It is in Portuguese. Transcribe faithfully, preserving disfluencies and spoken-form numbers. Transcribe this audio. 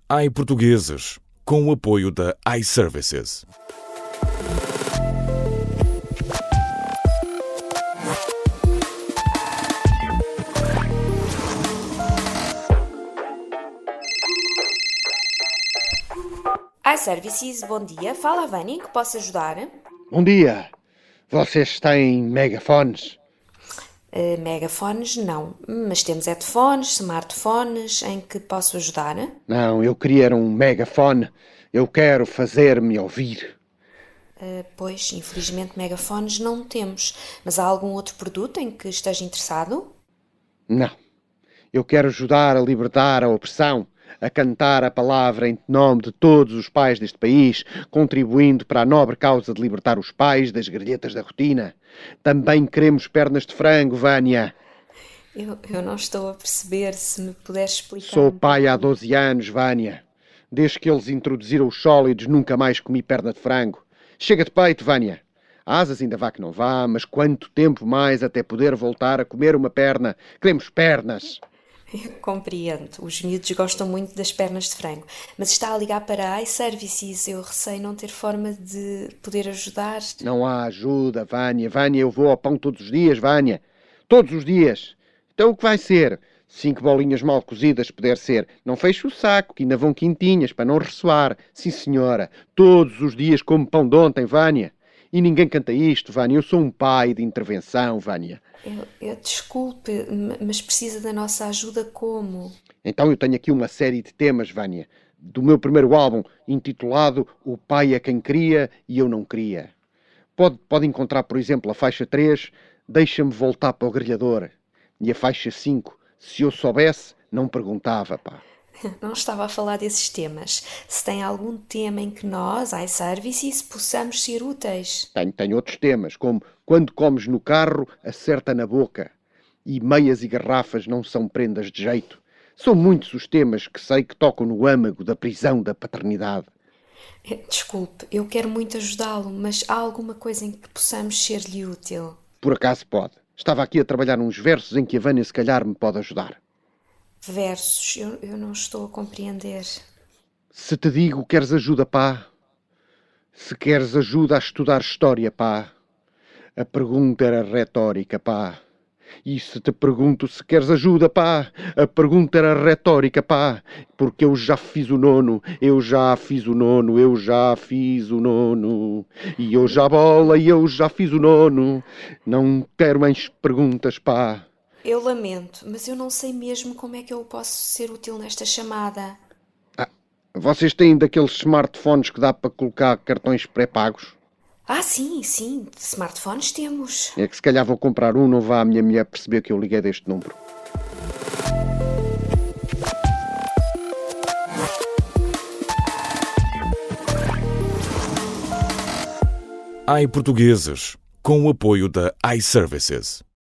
iPortugueses, com o apoio da iServices. iServices, bom dia. Fala a Vânia, em que posso ajudar? Bom dia. Vocês têm megafones? Uh, megafones, não. Mas temos headphones, smartphones, em que posso ajudar? Não, eu queria um megafone. Eu quero fazer-me ouvir. Uh, pois, infelizmente, megafones não temos. Mas há algum outro produto em que esteja interessado? Não. Eu quero ajudar a libertar a opressão, a cantar a palavra em nome de todos os pais deste país, contribuindo para a nobre causa de libertar os pais das grelhetas da rotina. Também queremos pernas de frango, Vânia. Eu, eu não estou a perceber, se me puderes explicar. Sou pai há doze anos, Vânia. Desde que eles introduziram os sólidos, nunca mais comi perna de frango. Chega de peito, Vânia. Asas ainda vá que não vá, mas quanto tempo mais até poder voltar a comer uma perna? Queremos pernas. Eu compreendo. Os miúdos gostam muito das pernas de frango. Mas está a ligar para a iServices. Eu receio não ter forma de poder ajudar. Não há ajuda, Vânia. Vânia, eu vou ao pão todos os dias, Vânia. Todos os dias. Então o que vai ser? Cinco bolinhas mal cozidas, puder ser. Não feche o saco, que ainda vão quintinhas, para não ressoar. Sim, senhora. Todos os dias como pão de ontem, Vânia. E ninguém canta isto, Vânia. Eu sou um pai de intervenção, Vânia. Eu, eu desculpe, mas precisa da nossa ajuda como? Então eu tenho aqui uma série de temas, Vânia, do meu primeiro álbum, intitulado O Pai é Quem Cria e Eu Não Queria. Pode, pode encontrar, por exemplo, a faixa três, Deixa-me Voltar para o Grelhador. E a faixa cinco, Se Eu Soubesse, Não Perguntava, pá. Não estava a falar desses temas. Se tem algum tema em que nós, iServices, possamos ser úteis. Tenho, tenho outros temas, como Quando Comes no Carro, Acerta na Boca. E Meias e Garrafas Não São Prendas de Jeito. São muitos os temas que sei que tocam no âmago da prisão da paternidade. Desculpe, eu quero muito ajudá-lo, mas há alguma coisa em que possamos ser-lhe útil? Por acaso pode. Estava aqui a trabalhar uns versos em que a Vânia se calhar me pode ajudar. Versos, eu, eu não estou a compreender. Se te digo queres ajuda, pá. Se queres ajuda a estudar história, pá. A pergunta era retórica, pá. E se te pergunto se queres ajuda, pá, a pergunta era retórica, pá. Porque eu já fiz o nono, eu já fiz o nono, eu já fiz o nono. E eu já bola e eu já fiz o nono. Não quero mais perguntas, pá. Eu lamento, mas eu não sei mesmo como é que eu posso ser útil nesta chamada. Ah, vocês têm daqueles smartphones que dá para colocar cartões pré-pagos? Ah, sim, sim, de smartphones temos. É que se calhar vou comprar um, não vá a minha mulher perceber que eu liguei deste número. iPortugueses, com o apoio da iServices.